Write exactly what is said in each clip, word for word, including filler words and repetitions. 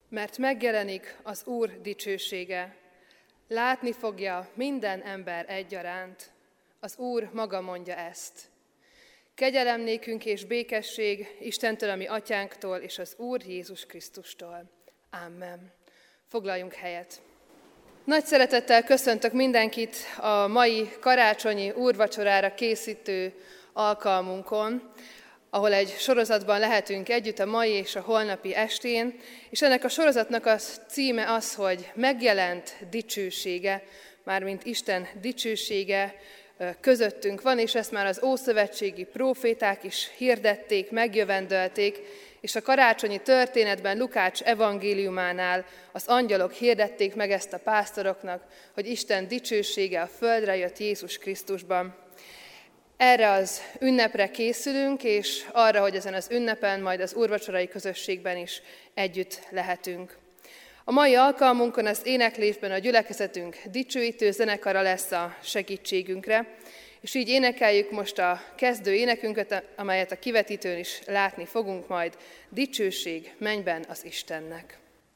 Mert megjelenik az Úr dicsősége. Látni fogja minden ember egyaránt. Az Úr maga mondja ezt. Kegyelem nékünk és békesség Istentől, a mi atyánktól, és az Úr Jézus Krisztustól. Amen. Foglaljunk helyet. Nagy szeretettel köszöntök mindenkit a mai karácsonyi úrvacsorára készítő alkalmunkon, ahol egy sorozatban lehetünk együtt a mai és a holnapi estén, és ennek a sorozatnak a címe az, hogy megjelent dicsősége, mármint Isten dicsősége közöttünk van, és ezt már az ószövetségi próféták is hirdették, megjövendölték, és a karácsonyi történetben Lukács evangéliumánál az angyalok hirdették meg ezt a pásztoroknak, hogy Isten dicsősége a földre jött Jézus Krisztusban. Erre az ünnepre készülünk, és arra, hogy ezen az ünnepen, majd az úrvacsorai közösségben is együtt lehetünk. A mai alkalmunkon az éneklésben a gyülekezetünk dicsőítő zenekara lesz a segítségünkre, és így énekeljük most a kezdő énekünket, amelyet a kivetítőn is látni fogunk majd. Dicsőség mennyben az Istennek.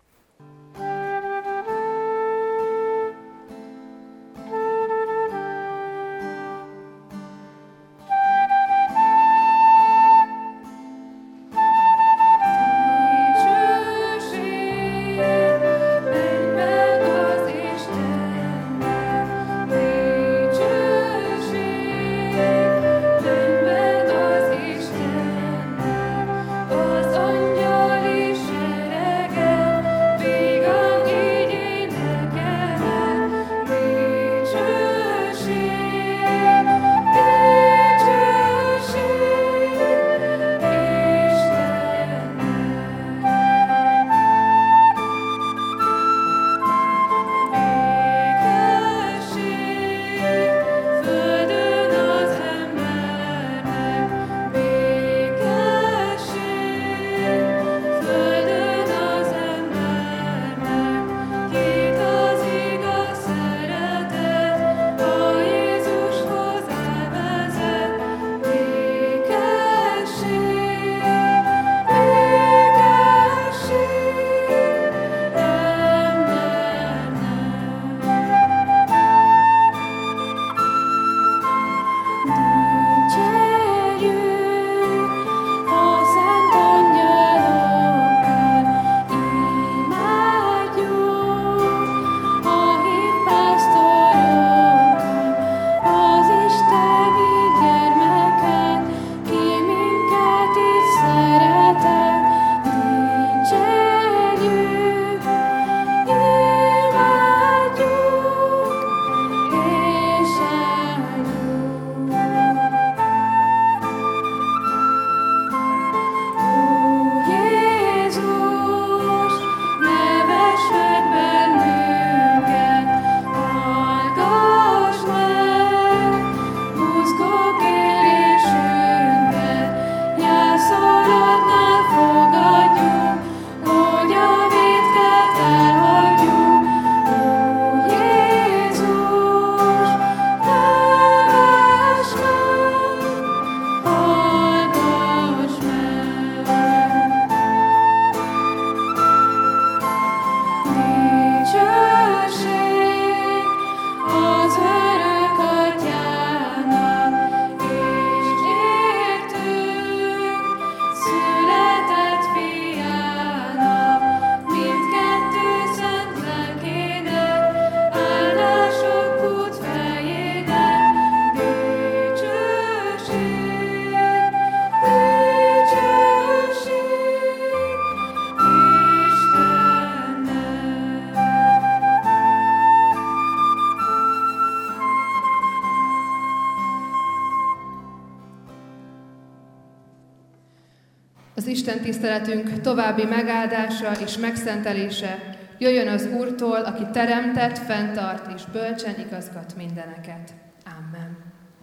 Az Isten tiszteletünk további megáldása és megszentelése jöjjön az Úrtól, aki teremtett, fenntart és bölcsen igazgat mindeneket. Amen.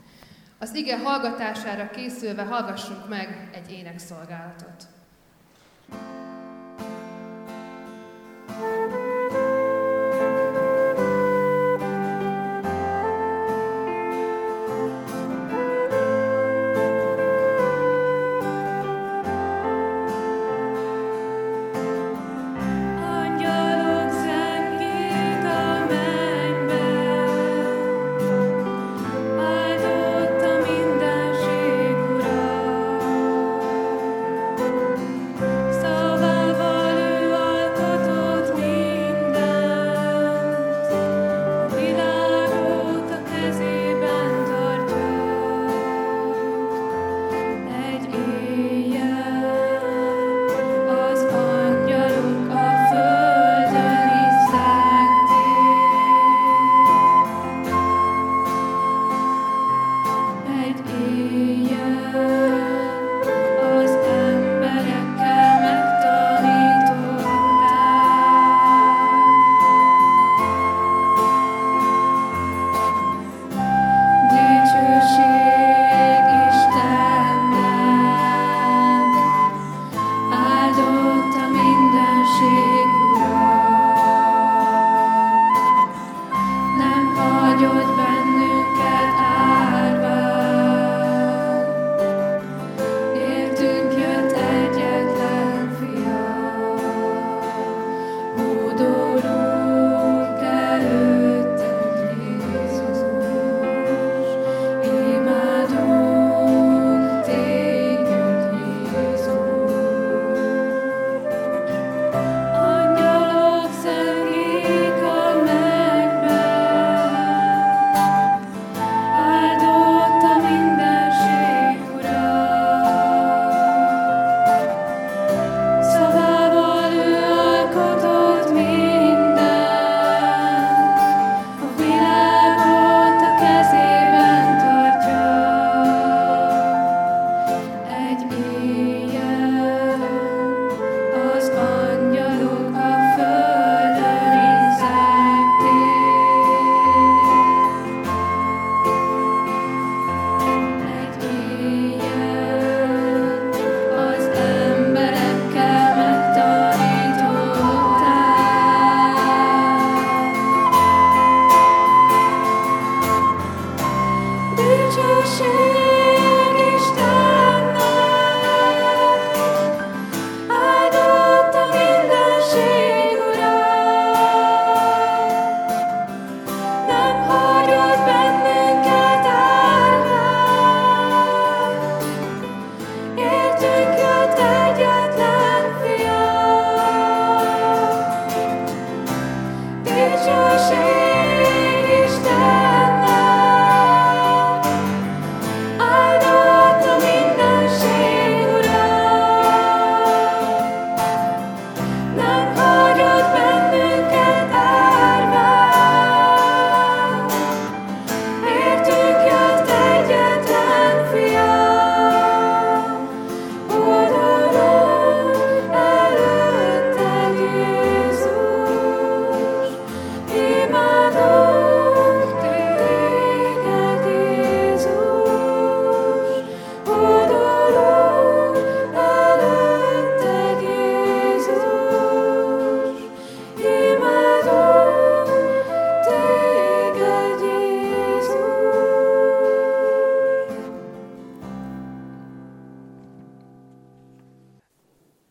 Az ige hallgatására készülve hallgassunk meg egy énekszolgálatot. I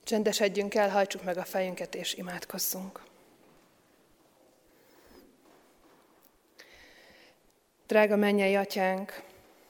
Csendesedjünk el, hajtsuk meg a fejünket és imádkozzunk. Drága mennyei Atyánk,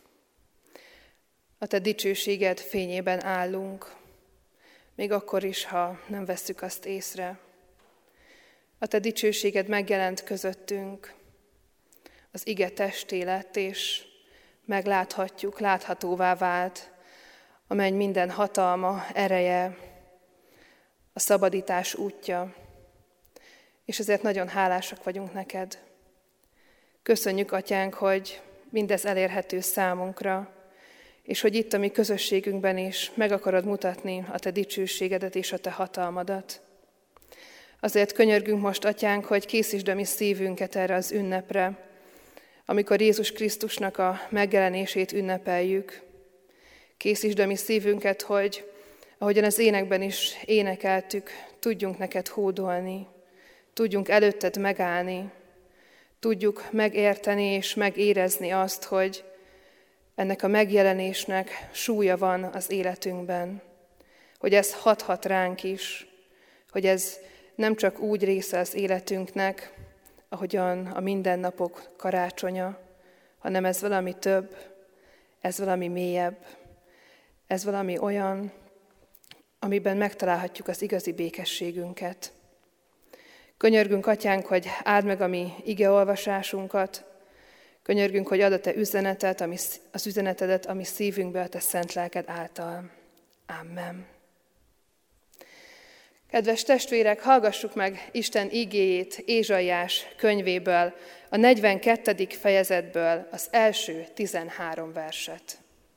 a Te dicsőséged fényében állunk, még akkor is, ha nem vesszük azt észre. A Te dicsőséged megjelent közöttünk, az ige testé lett, és megláthatjuk, láthatóvá vált a menny minden hatalma, ereje, a szabadítás útja, és ezért nagyon hálásak vagyunk neked. Köszönjük, Atyánk, hogy mindez elérhető számunkra, és hogy itt a mi közösségünkben is meg akarod mutatni a Te dicsőségedet és a Te hatalmadat. Azért könyörgünk most, Atyánk, hogy készítsd a mi szívünket erre az ünnepre, amikor Jézus Krisztusnak a megjelenését ünnepeljük. Készítsd a mi szívünket, hogy ahogyan az énekben is énekeltük, tudjunk neked hódolni, tudjunk előtted megállni, tudjuk megérteni és megérezni azt, hogy ennek a megjelenésnek súlya van az életünkben, hogy ez hathat ránk is, hogy ez nem csak úgy része az életünknek, ahogyan a mindennapok karácsonya, hanem ez valami több, ez valami mélyebb, ez valami olyan, amiben megtalálhatjuk az igazi békességünket. Könyörgünk, Atyánk, hogy áld meg a mi igeolvasásunkat, könyörgünk, hogy add a Te üzenetet, ami, az üzenetedet, ami szívünkbe a Te szent lelked által. Amen. Kedves testvérek, hallgassuk meg Isten igéjét Ézsaiás könyvéből, a negyvenkettedik fejezetből az első tizenhárom verset.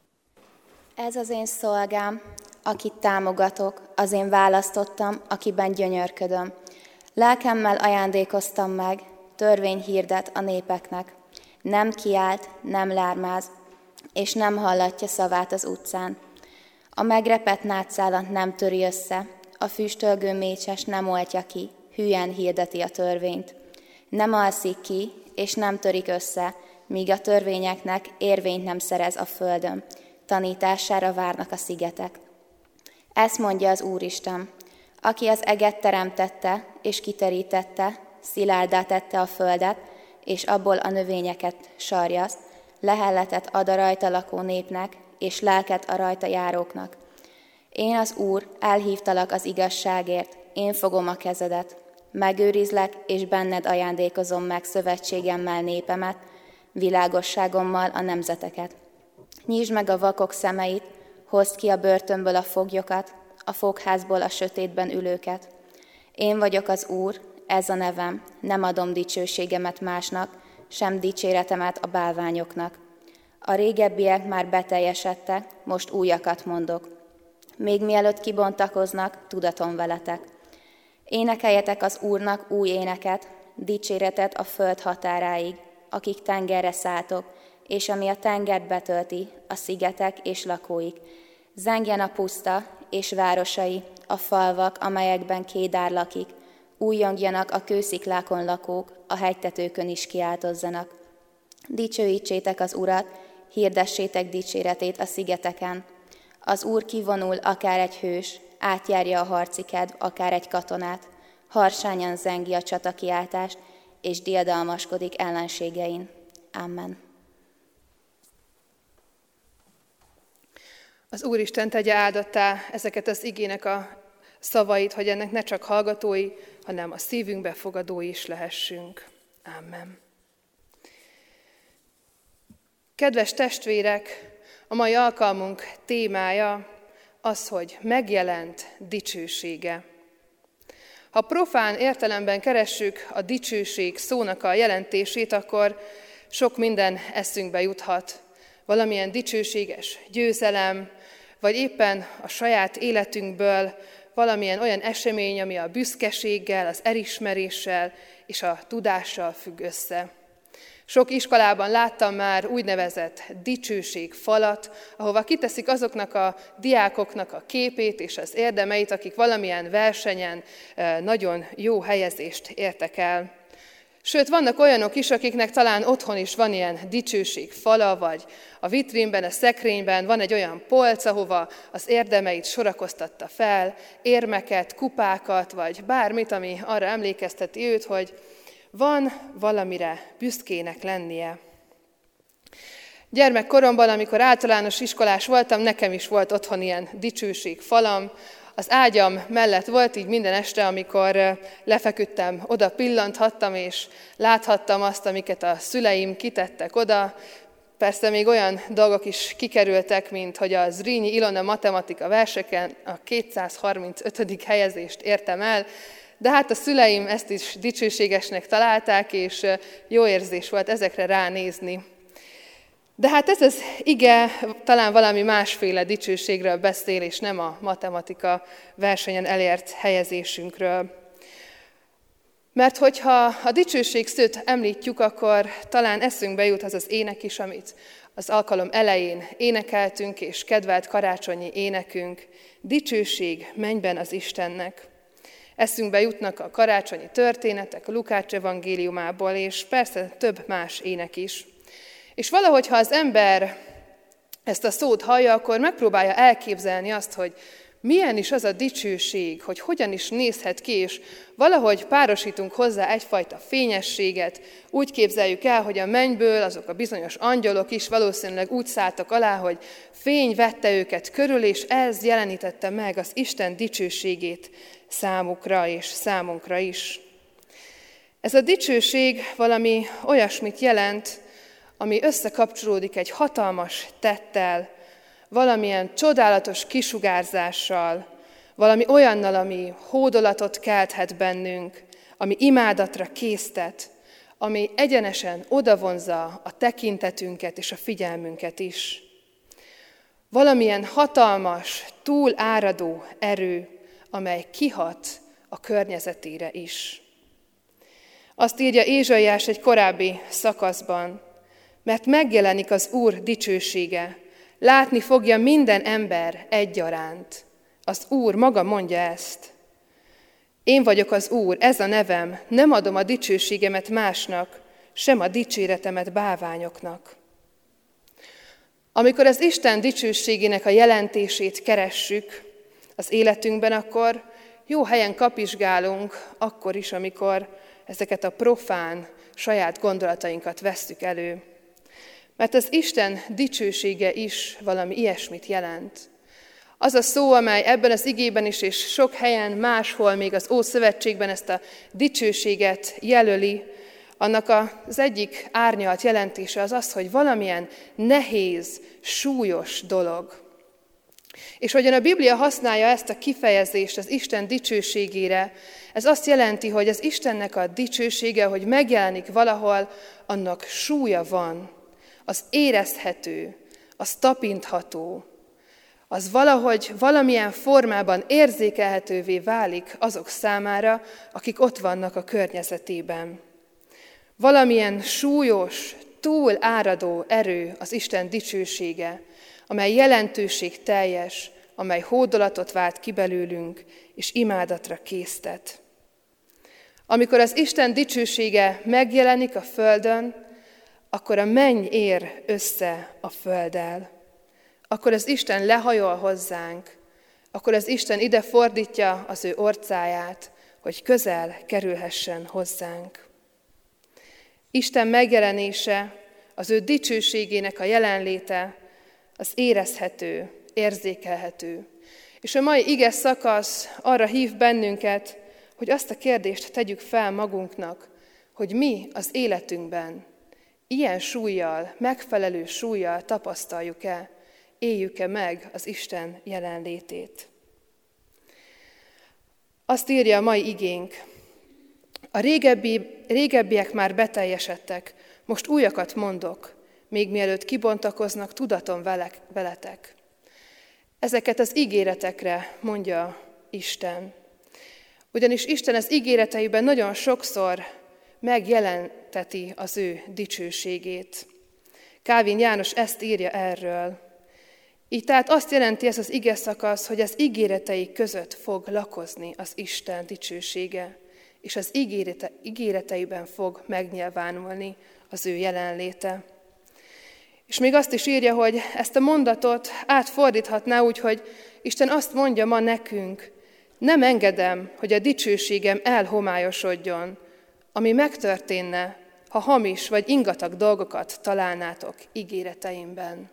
Ez az én szolgám, akit támogatok, az én választottam, akiben gyönyörködöm. Lelkemmel ajándékoztam meg, törvény hirdet a népeknek. Nem kiált, nem lármáz, és nem hallatja szavát az utcán. A megrepett nátszálat nem töri össze, a füstölgő mécses nem oltja ki, hülyen hirdeti a törvényt. Nem alszik ki, és nem törik össze, míg a törvényeknek érvényt nem szerez a földön. Tanítására várnak a szigetek. Ezt mondja az Úristen, aki az eget teremtette és kiterítette, szilárdá tette a földet, és abból a növényeket sarjaszt, lehelletet ad a rajta lakó népnek, és lelket a rajta járóknak. Én az Úr, elhívtalak az igazságért, én fogom a kezedet, megőrizlek, és benned ajándékozom meg szövetségemmel népemet, világosságommal a nemzeteket. Nyisd meg a vakok szemeit, hozd ki a börtönből a foglyokat, a fogházból a sötétben ülőket. Én vagyok az Úr, ez a nevem, nem adom dicsőségemet másnak, sem dicséretemet a bálványoknak. A régebbiek már beteljesedtek, most újakat mondok. Még mielőtt kibontakoznak, tudatom veletek. Énekeljetek az Úrnak új éneket, dicséretet a föld határáig, akik tengerre szálltok, és ami a tengert betölti, a szigetek és lakóik. Zengjen a puszta és városai, a falvak, amelyekben Kédár lakik, újjongjanak a kősziklákon lakók, a hegytetőkön is kiáltozzanak. Dicsőítsétek az Urat, hirdessétek dicséretét a szigeteken. Az Úr kivonul akár egy hős, átjárja a harci kedv akár egy katonát, harsányan zengi a csatakiáltást, és diadalmaskodik ellenségein. Amen. Az Úristen tegye áldottá ezeket az igének a szavait, hogy ennek ne csak hallgatói, hanem a szívünkbe fogadói is lehessünk. Amen. Kedves testvérek, a mai alkalmunk témája az, hogy megjelent dicsősége. Ha profán értelemben keressük a dicsőség szónak a jelentését, akkor sok minden eszünkbe juthat. Valamilyen dicsőséges győzelem, vagy éppen a saját életünkből valamilyen olyan esemény, ami a büszkeséggel, az elismeréssel és a tudással függ össze. Sok iskolában láttam már úgynevezett dicsőségfalat, ahova kiteszik azoknak a diákoknak a képét és az érdemeit, akik valamilyen versenyen nagyon jó helyezést értek el. Sőt, vannak olyanok is, akiknek talán otthon is van ilyen dicsőségfala, vagy a vitrínben, a szekrényben van egy olyan polc, ahova az érdemeit sorakoztatta fel, érmeket, kupákat, vagy bármit, ami arra emlékezteti őt, hogy van valamire büszkének lennie. Gyermekkoromban, amikor általános iskolás voltam, nekem is volt otthon ilyen dicsőségfalam. Az ágyam mellett volt, így minden este, amikor lefeküdtem, oda pillanthattam, és láthattam azt, amiket a szüleim kitettek oda. Persze még olyan dolgok is kikerültek, mint hogy a Zrínyi Ilona matematika verseken a kétszázharmincötödik helyezést értem el, de hát a szüleim ezt is dicsőségesnek találták, és jó érzés volt ezekre ránézni. De hát ez az ige talán valami másféle dicsőségről beszél, és nem a matematika versenyen elért helyezésünkről. Mert hogyha a dicsőség szót említjük, akkor talán eszünkbe jut az az ének is, amit az alkalom elején énekeltünk, és kedvelt karácsonyi énekünk, dicsőség mennyben az Istennek. Eszünkbe jutnak a karácsonyi történetek, a Lukács evangéliumából, és persze több más ének is. És valahogy, ha az ember ezt a szót hallja, akkor megpróbálja elképzelni azt, hogy milyen is az a dicsőség, hogy hogyan is nézhet ki, és valahogy párosítunk hozzá egyfajta fényességet. Úgy képzeljük el, hogy a mennyből azok a bizonyos angyalok is valószínűleg úgy szálltak alá, hogy fény vette őket körül, és ez jelenítette meg az Isten dicsőségét számukra és számunkra is. Ez a dicsőség valami olyasmit jelent, ami összekapcsolódik egy hatalmas tettel, valamilyen csodálatos kisugárzással, valami olyannal, ami hódolatot kelthet bennünk, ami imádatra késztet, ami egyenesen odavonza a tekintetünket és a figyelmünket is. Valamilyen hatalmas, túláradó erő, amely kihat a környezetére is. Azt írja Ézsaiás egy korábbi szakaszban, mert megjelenik az Úr dicsősége, látni fogja minden ember egyaránt. Az Úr maga mondja ezt. Én vagyok az Úr, ez a nevem, nem adom a dicsőségemet másnak, sem a dicséretemet bálványoknak. Amikor az Isten dicsőségének a jelentését keressük az életünkben, akkor jó helyen kapizsgálunk, akkor is, amikor ezeket a profán, saját gondolatainkat vesszük elő. Mert az Isten dicsősége is valami ilyesmit jelent. Az a szó, amely ebben az igében is, és sok helyen máshol, még az Ószövetségben ezt a dicsőséget jelöli, annak az egyik árnyalt jelentése az az, hogy valamilyen nehéz, súlyos dolog. És hogyan a Biblia használja ezt a kifejezést az Isten dicsőségére, ez azt jelenti, hogy az Istennek a dicsősége, hogy megjelenik valahol, annak súlya van, az érezhető, az tapintható, az valahogy valamilyen formában érzékelhetővé válik azok számára, akik ott vannak a környezetében. Valamilyen súlyos, túláradó erő az Isten dicsősége, amely jelentőség teljes, amely hódolatot vált ki belőlünk, és imádatra késztet. Amikor az Isten dicsősége megjelenik a földön, akkor a menny ér össze a földdel. Akkor az Isten lehajol hozzánk, akkor az Isten ide fordítja az ő orcáját, hogy közel kerülhessen hozzánk. Isten megjelenése, az ő dicsőségének a jelenléte, az érezhető, érzékelhető. És a mai ige szakasz arra hív bennünket, hogy azt a kérdést tegyük fel magunknak, hogy mi az életünkben ilyen súllyal, megfelelő súllyal tapasztaljuk-e, éljük-e meg az Isten jelenlétét. Azt írja a mai igénk, a régebbi, régebbiek már beteljesedtek, most újakat mondok, még mielőtt kibontakoznak, tudatom velek, veletek. Ezeket az ígéretekre mondja Isten. Ugyanis Isten az ígéreteiben nagyon sokszor megjelenteti az ő dicsőségét. Kálvin János ezt írja erről. Így tehát azt jelenti ez az ige szakasz, hogy az ígéretei között fog lakozni az Isten dicsősége. és az ígérete, ígéreteiben fog megnyilvánulni az ő jelenléte. És még azt is írja, hogy ezt a mondatot átfordíthatná úgy, hogy Isten azt mondja ma nekünk, nem engedem, hogy a dicsőségem elhomályosodjon, ami megtörténne, ha hamis vagy ingatag dolgokat találnátok ígéreteimben.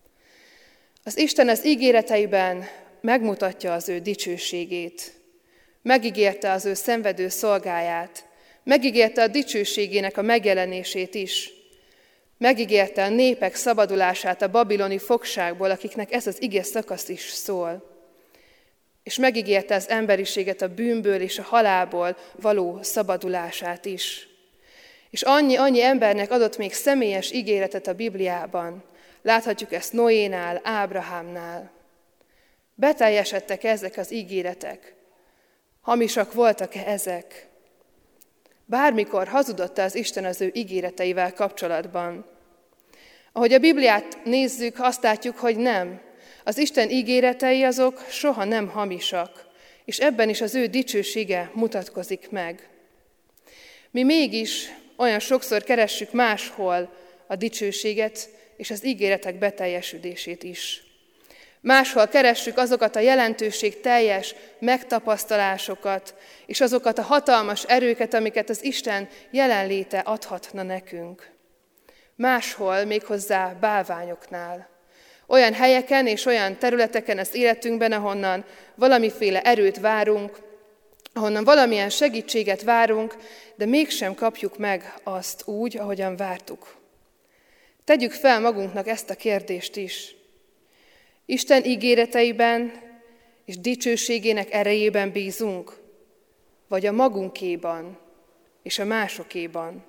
Az Isten az ígéreteiben megmutatja az ő dicsőségét, megígérte az ő szenvedő szolgáját, megígérte a dicsőségének a megjelenését is, megígérte a népek szabadulását a babiloni fogságból, akiknek ez az ige szakasz is szól, és megígérte az emberiséget a bűnből és a halálból való szabadulását is. És annyi-annyi embernek adott még személyes ígéretet a Bibliában. Láthatjuk ezt Noénál, Ábrahámnál. Beteljesedtek ezek az ígéretek? Hamisak voltak-e ezek? Bármikor hazudott-e az Isten az ő ígéreteivel kapcsolatban? Ahogy a Bibliát nézzük, azt látjuk, hogy nem. Az Isten ígéretei azok soha nem hamisak, és ebben is az ő dicsősége mutatkozik meg. Mi mégis olyan sokszor keressük máshol a dicsőséget és az ígéretek beteljesülését is. Máshol keressük azokat a jelentőség teljes megtapasztalásokat, és azokat a hatalmas erőket, amiket az Isten jelenléte adhatna nekünk. Máshol, méghozzá bálványoknál. Olyan helyeken és olyan területeken az életünkben, ahonnan valamiféle erőt várunk, ahonnan valamilyen segítséget várunk, de mégsem kapjuk meg azt úgy, ahogyan vártuk. Tegyük fel magunknak ezt a kérdést is. Isten ígéreteiben és dicsőségének erejében bízunk, vagy a magunkéban és a másokéban?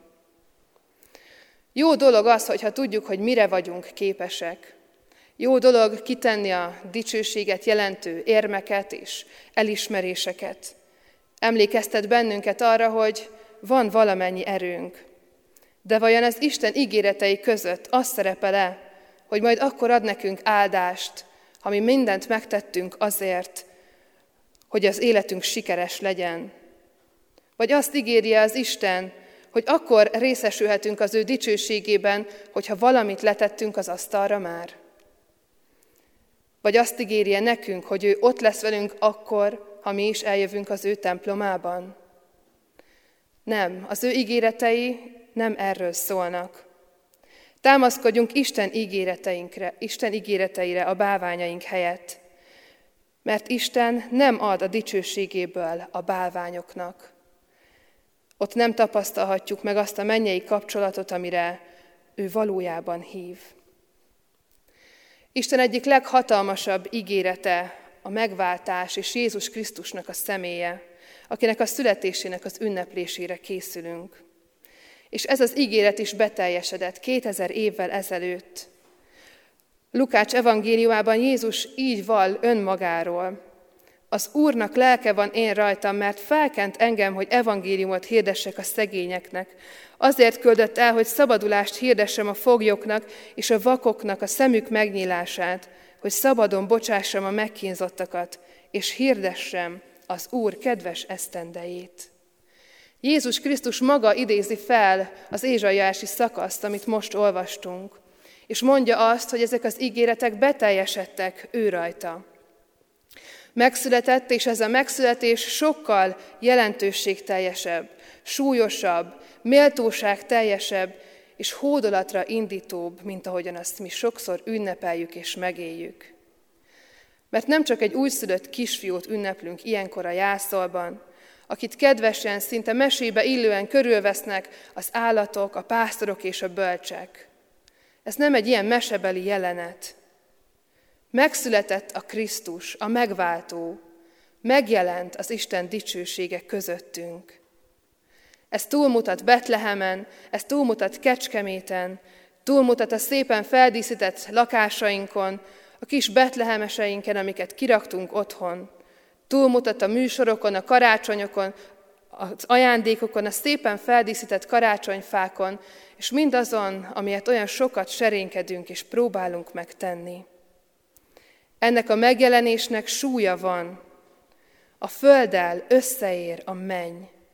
Jó dolog az, hogyha tudjuk, hogy mire vagyunk képesek. Jó dolog kitenni a dicsőséget jelentő érmeket és elismeréseket. Emlékeztet bennünket arra, hogy van valamennyi erőnk. De vajon az Isten ígéretei között az szerepel-e, hogy majd akkor ad nekünk áldást, ha mi mindent megtettünk azért, hogy az életünk sikeres legyen? Vagy azt ígéri az Isten, hogy akkor részesülhetünk az ő dicsőségében, hogyha valamit letettünk az asztalra már? Vagy azt ígéri nekünk, hogy ő ott lesz velünk akkor, ha mi is eljövünk az ő templomában? Nem, az ő ígéretei nem erről szólnak. Támaszkodjunk Isten ígéreteinkre, Isten ígéreteire a bálványaink helyett, mert Isten nem ad a dicsőségéből a bálványoknak. Ott nem tapasztalhatjuk meg azt a mennyei kapcsolatot, amire ő valójában hív. Isten egyik leghatalmasabb ígérete a megváltás és Jézus Krisztusnak a személye, akinek a születésének az ünneplésére készülünk. És ez az ígéret is beteljesedett kétezer évvel ezelőtt. Lukács evangéliumában Jézus így vall önmagáról. Az Úrnak lelke van én rajtam, mert felkent engem, hogy evangéliumot hirdessek a szegényeknek. Azért küldött el, hogy szabadulást hirdessem a foglyoknak és a vakoknak a szemük megnyílását, hogy szabadon bocsássam a megkínzottakat, és hirdessem az Úr kedves esztendejét. Jézus Krisztus maga idézi fel az ézsaiási szakaszt, amit most olvastunk, és mondja azt, hogy ezek az ígéretek beteljesedtek ő rajta. Megszületett, és ez a megszületés sokkal jelentőségteljesebb, súlyosabb, méltóságteljesebb és hódolatra indítóbb, mint ahogyan azt mi sokszor ünnepeljük és megéljük. Mert nem csak egy újszülött kisfiút ünneplünk ilyenkor a jászolban, akit kedvesen, szinte mesébe illően körülvesznek az állatok, a pásztorok és a bölcsek. Ez nem egy ilyen mesebeli jelenet. Megszületett a Krisztus, a megváltó, megjelent az Isten dicsősége közöttünk. Ez túlmutat Betlehemen, ez túlmutat Kecskeméten, túlmutat a szépen feldíszített lakásainkon, a kis betlehemeseinken, amiket kiraktunk otthon. Túlmutat a műsorokon, a karácsonyokon, az ajándékokon, a szépen feldíszített karácsonyfákon, és mindazon, amilyet olyan sokat serénykedünk és próbálunk megtenni. Ennek a megjelenésnek súlya van. A földdel összeér a menny.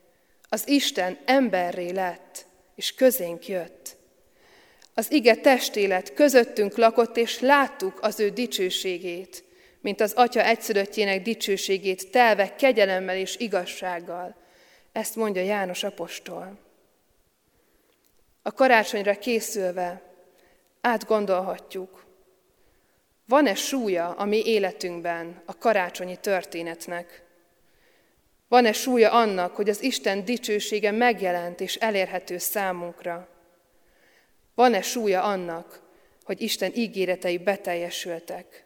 Az Isten emberré lett, és közénk jött. Az ige testé lett, közöttünk lakott, és láttuk az ő dicsőségét, mint az Atya egyszülöttjének dicsőségét, telve kegyelemmel és igazsággal. Ezt mondja János apostol. A karácsonyra készülve átgondolhatjuk, van-e súlya a mi életünkben a karácsonyi történetnek? Van-e súlya annak, hogy az Isten dicsősége megjelent és elérhető számunkra? Van-e súlya annak, hogy Isten ígéretei beteljesültek?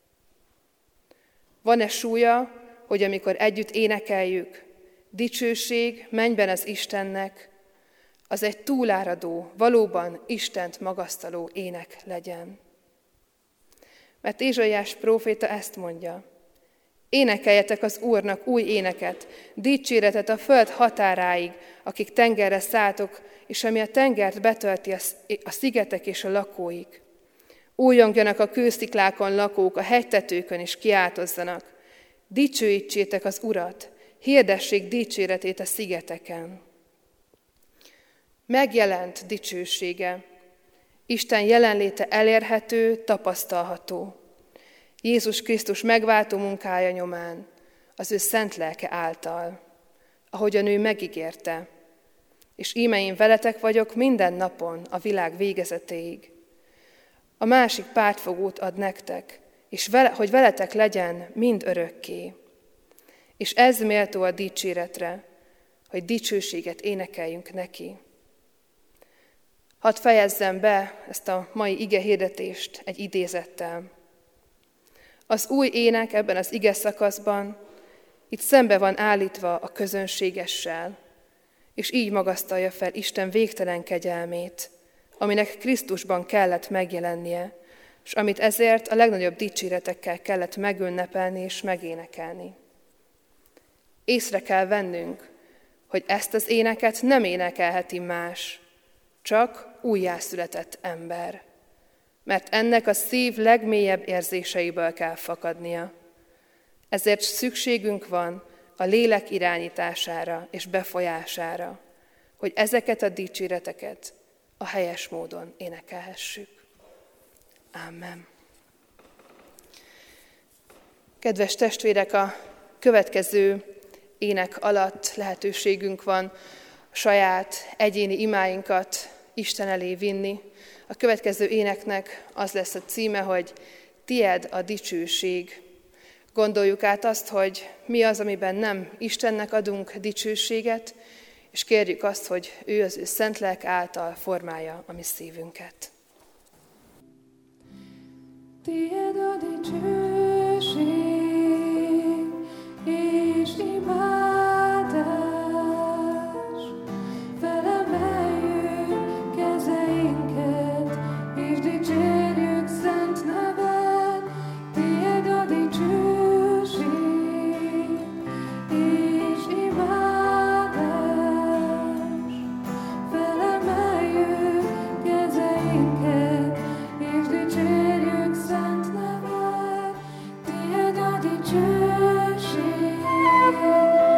Van-e súlya, hogy amikor együtt énekeljük, dicsőség mennyben az Istennek, az egy túláradó, valóban Istent magasztaló ének legyen? Mert Ézsaiás próféta ezt mondja: énekeljetek az Úrnak új éneket, dicséretet a föld határáig, akik tengerre szálltok, és ami a tengert betölti a szigetek és a lakóik. Újongjanak a kősziklákon lakók, a hegytetőkön is kiáltozzanak. Dicsőítsétek az Urat, hirdessék dicséretét a szigeteken. Megjelent dicsősége. Isten jelenléte elérhető, tapasztalható. Jézus Krisztus megváltó munkája nyomán, az ő szent lelke által, ahogyan ő megígérte. És íme én veletek vagyok minden napon a világ végezetéig. A másik pártfogót ad nektek, és vele, hogy veletek legyen mind örökké. És ez méltó a dicséretre, hogy dicsőséget énekeljünk neki. Hadd fejezzem be ezt a mai ige hirdetést egy idézettel. Az új ének ebben az ige szakaszban itt szembe van állítva a közönségessel, és így magasztalja fel Isten végtelen kegyelmét, aminek Krisztusban kellett megjelennie, és amit ezért a legnagyobb dicséretekkel kellett megünnepelni és megénekelni. Észre kell vennünk, hogy ezt az éneket nem énekelheti más, csak újjászületett ember, mert ennek a szív legmélyebb érzéseiből kell fakadnia. Ezért szükségünk van a lélek irányítására és befolyására, hogy ezeket a dicséreteket a helyes módon énekelhessük. Amen. Kedves testvérek, a következő ének alatt lehetőségünk van a saját egyéni imáinkat Isten elé vinni. A következő éneknek az lesz a címe, hogy Tied a dicsőség. Gondoljuk át azt, hogy mi az, amiben nem Istennek adunk dicsőséget, és kérjük azt, hogy ő az ő szent lelk által formálja a mi szívünket. Tied a dicsőség és imádás, felemeljük kezeinket, és dicsérjük szent neved. Tied a dicsőség és imádás, felemeljük kezeinket, és dicsérjük szent neved. Tied a dicsőség.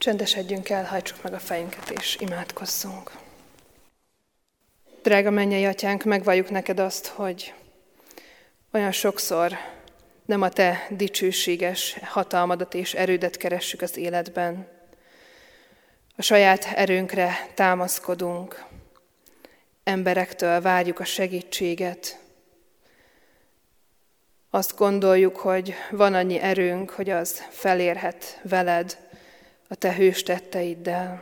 Csendesedjünk el, hajtsuk meg a fejünket és imádkozzunk. Drága mennyei Atyánk, megvalljuk neked azt, hogy olyan sokszor nem a te dicsőséges hatalmadat és erődet keressük az életben. A saját erőnkre támaszkodunk, emberektől várjuk a segítséget. Azt gondoljuk, hogy van annyi erőnk, hogy az felérhet veled, a te hős tetteiddel.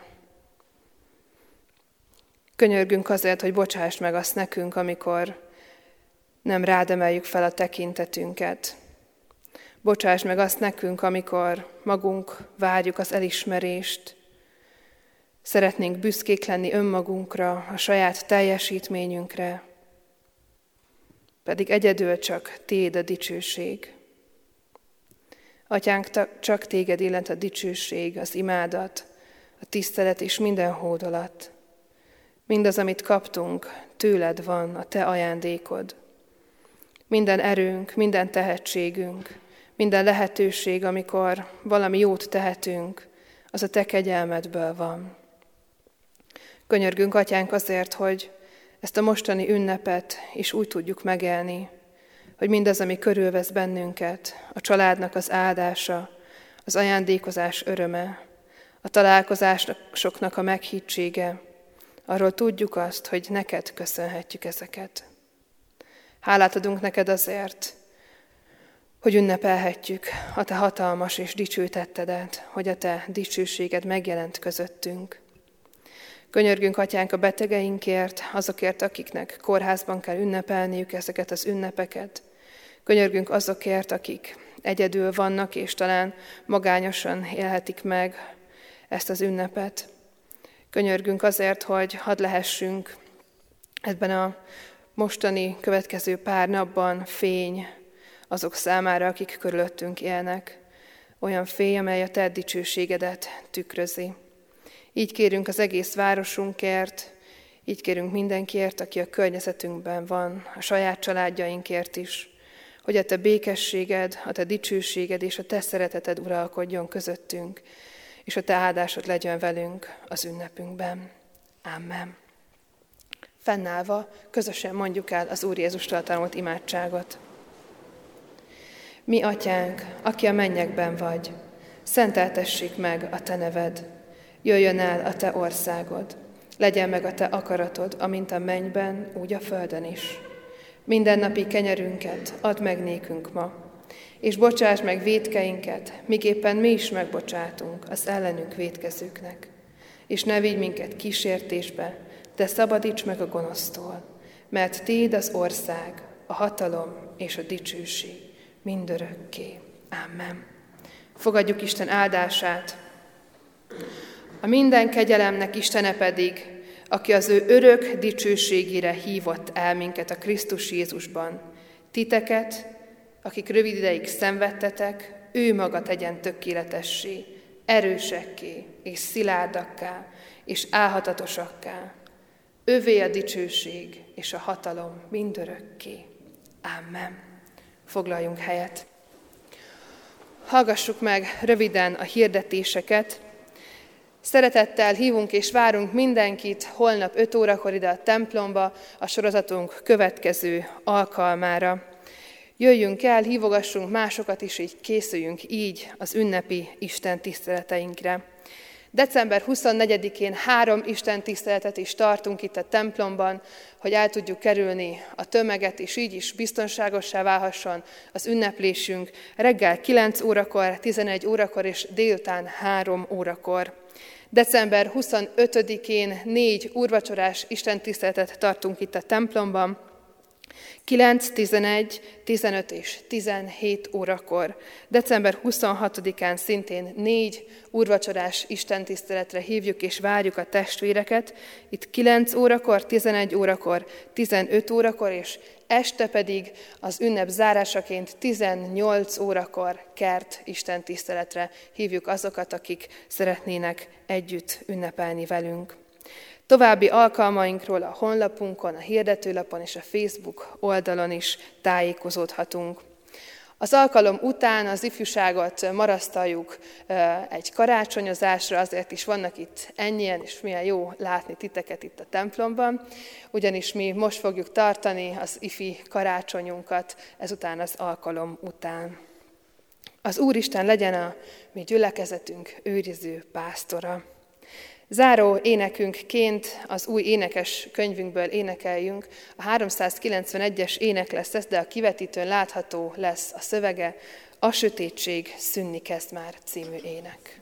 Könyörgünk azért, hogy bocsáss meg azt nekünk, amikor nem rád emeljük fel a tekintetünket. Bocsáss meg azt nekünk, amikor magunk várjuk az elismerést. Szeretnénk büszkék lenni önmagunkra, a saját teljesítményünkre, pedig egyedül csak Tiéd a dicsőség. Atyánk, csak Téged illet a dicsőség, az imádat, a tisztelet és minden hódolat. Mindaz, amit kaptunk, tőled van, a te ajándékod. Minden erőnk, minden tehetségünk, minden lehetőség, amikor valami jót tehetünk, az a te kegyelmedből van. Könyörgünk, Atyánk, azért, hogy ezt a mostani ünnepet is úgy tudjuk megélni, hogy mindaz, ami körülvesz bennünket, a családnak az áldása, az ajándékozás öröme, a találkozásoknak a meghittsége, arról tudjuk azt, hogy neked köszönhetjük ezeket. Hálát adunk neked azért, hogy ünnepelhetjük a te hatalmas és dicső tettedet, hogy a te dicsőséged megjelent közöttünk. Könyörgünk, Atyánk, a betegeinkért, azokért, akiknek kórházban kell ünnepelniük ezeket az ünnepeket. Könyörgünk azokért, akik egyedül vannak, és talán magányosan élhetik meg ezt az ünnepet. Könyörgünk azért, hogy hadd lehessünk ebben a mostani következő pár napban fény azok számára, akik körülöttünk élnek. Olyan fény, amely a te dicsőségedet tükrözi. Így kérünk az egész városunkért, így kérünk mindenkiért, aki a környezetünkben van, a saját családjainkért is, hogy a te békességed, a te dicsőséged és a te szereteted uralkodjon közöttünk, és a te áldásod legyen velünk az ünnepünkben. Amen. Fennállva közösen mondjuk el az Úr Jézustól tanult imádságot. Mi, Atyánk, aki a mennyekben vagy, szenteltessék meg a te neved. Jöjjön el a te országod, legyen meg a te akaratod, amint a mennyben, úgy a földön is. Mindennapi kenyerünket add meg nékünk ma, és bocsáss meg vétkeinket, miképpen mi is megbocsátunk az ellenünk vétkezőknek. És ne vigy minket kísértésbe, de szabadíts meg a gonosztól, mert Tiéd az ország, a hatalom és a dicsőség mindörökké. Amen. Fogadjuk Isten áldását. A minden kegyelemnek Istene pedig, aki az ő örök dicsőségére hívott el minket a Krisztus Jézusban, titeket, akik rövid ideig szenvedtetek, ő maga tegyen tökéletessé, erősekké és szilárdakká és álhatatosakká. Övé a dicsőség és a hatalom mindörökké. Amen. Foglaljunk helyet. Hallgassuk meg röviden a hirdetéseket. Szeretettel hívunk és várunk mindenkit holnap öt órakor ide a templomba a sorozatunk következő alkalmára. Jöjjünk el, hívogassunk másokat is, így készüljünk így az ünnepi Isten tiszteleteinkre. december huszonnegyedikén három Isten tiszteletet is tartunk itt a templomban, hogy el tudjuk kerülni a tömeget, és így is biztonságossá válhasson az ünneplésünk reggel kilenc órakor, tizenegy órakor és délután három órakor. december huszonötödikén négy úrvacsorás istentiszteletet tartunk itt a templomban, kilenc, tizenegy, tizenöt és tizenhét órakor. december huszonhatodikán szintén négy úrvacsorás istentiszteletre hívjuk és várjuk a testvéreket. Itt kilenc órakor, tizenegy órakor, tizenöt órakor, és este pedig az ünnep zárásaként tizennyolc órakor kert istentiszteletre hívjuk azokat, akik szeretnének együtt ünnepelni velünk. További alkalmainkról a honlapunkon, a hirdetőlapon és a Facebook oldalon is tájékozódhatunk. Az alkalom után az ifjúságot marasztaljuk egy karácsonyozásra, azért is vannak itt ennyien, és milyen jó látni titeket itt a templomban, ugyanis mi most fogjuk tartani az ifi karácsonyunkat ezután az alkalom után. Az Úristen legyen a mi gyülekezetünk őriző pásztora. Záró énekünkként az új énekes könyvünkből énekeljünk. A háromszázkilencvenegyes ének lesz ez, de a kivetítőn látható lesz a szövege. A sötétség szűnni kezd már című ének.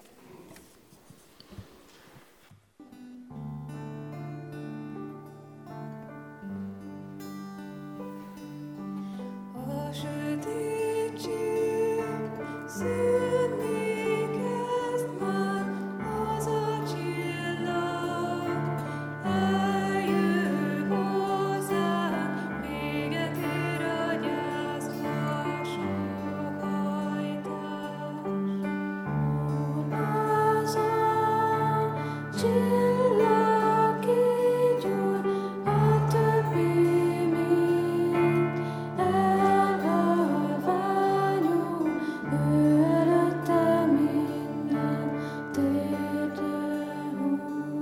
A sötétség szűnni kezd már, az a csillag eljön hozzánk, véget ér a gyászos óhajtás. Az a csillag kígyót, a többi mind elhalványul, ő előtte minden térdre hull.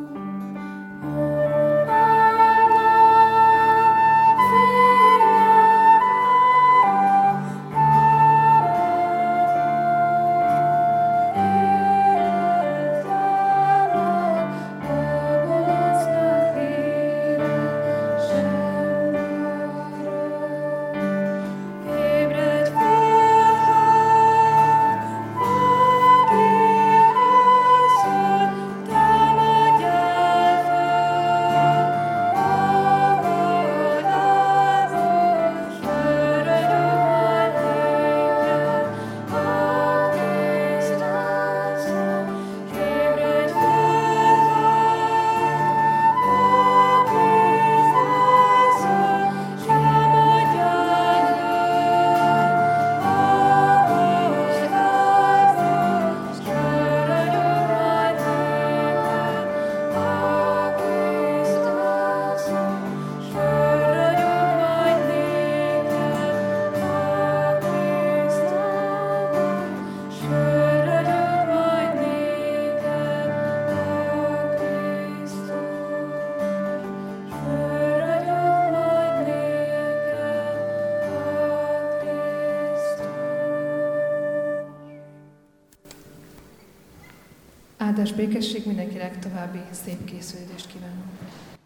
Ébredj fel, aki alszol, támadjál fel, abban álmos, fölragyog majd téged a Krisztuson. Ébredj fel, aki alszol, támadjál fel, abban álmos, fölragyog majd téged a Krisztuson. Fölragyog majd téged a Krisztuson. Fölragyog majd téged a Krisztuson. Fölragyog majd téged a Krisztus. Áldás békesség mindenkinek, további szép készülődést kívánunk.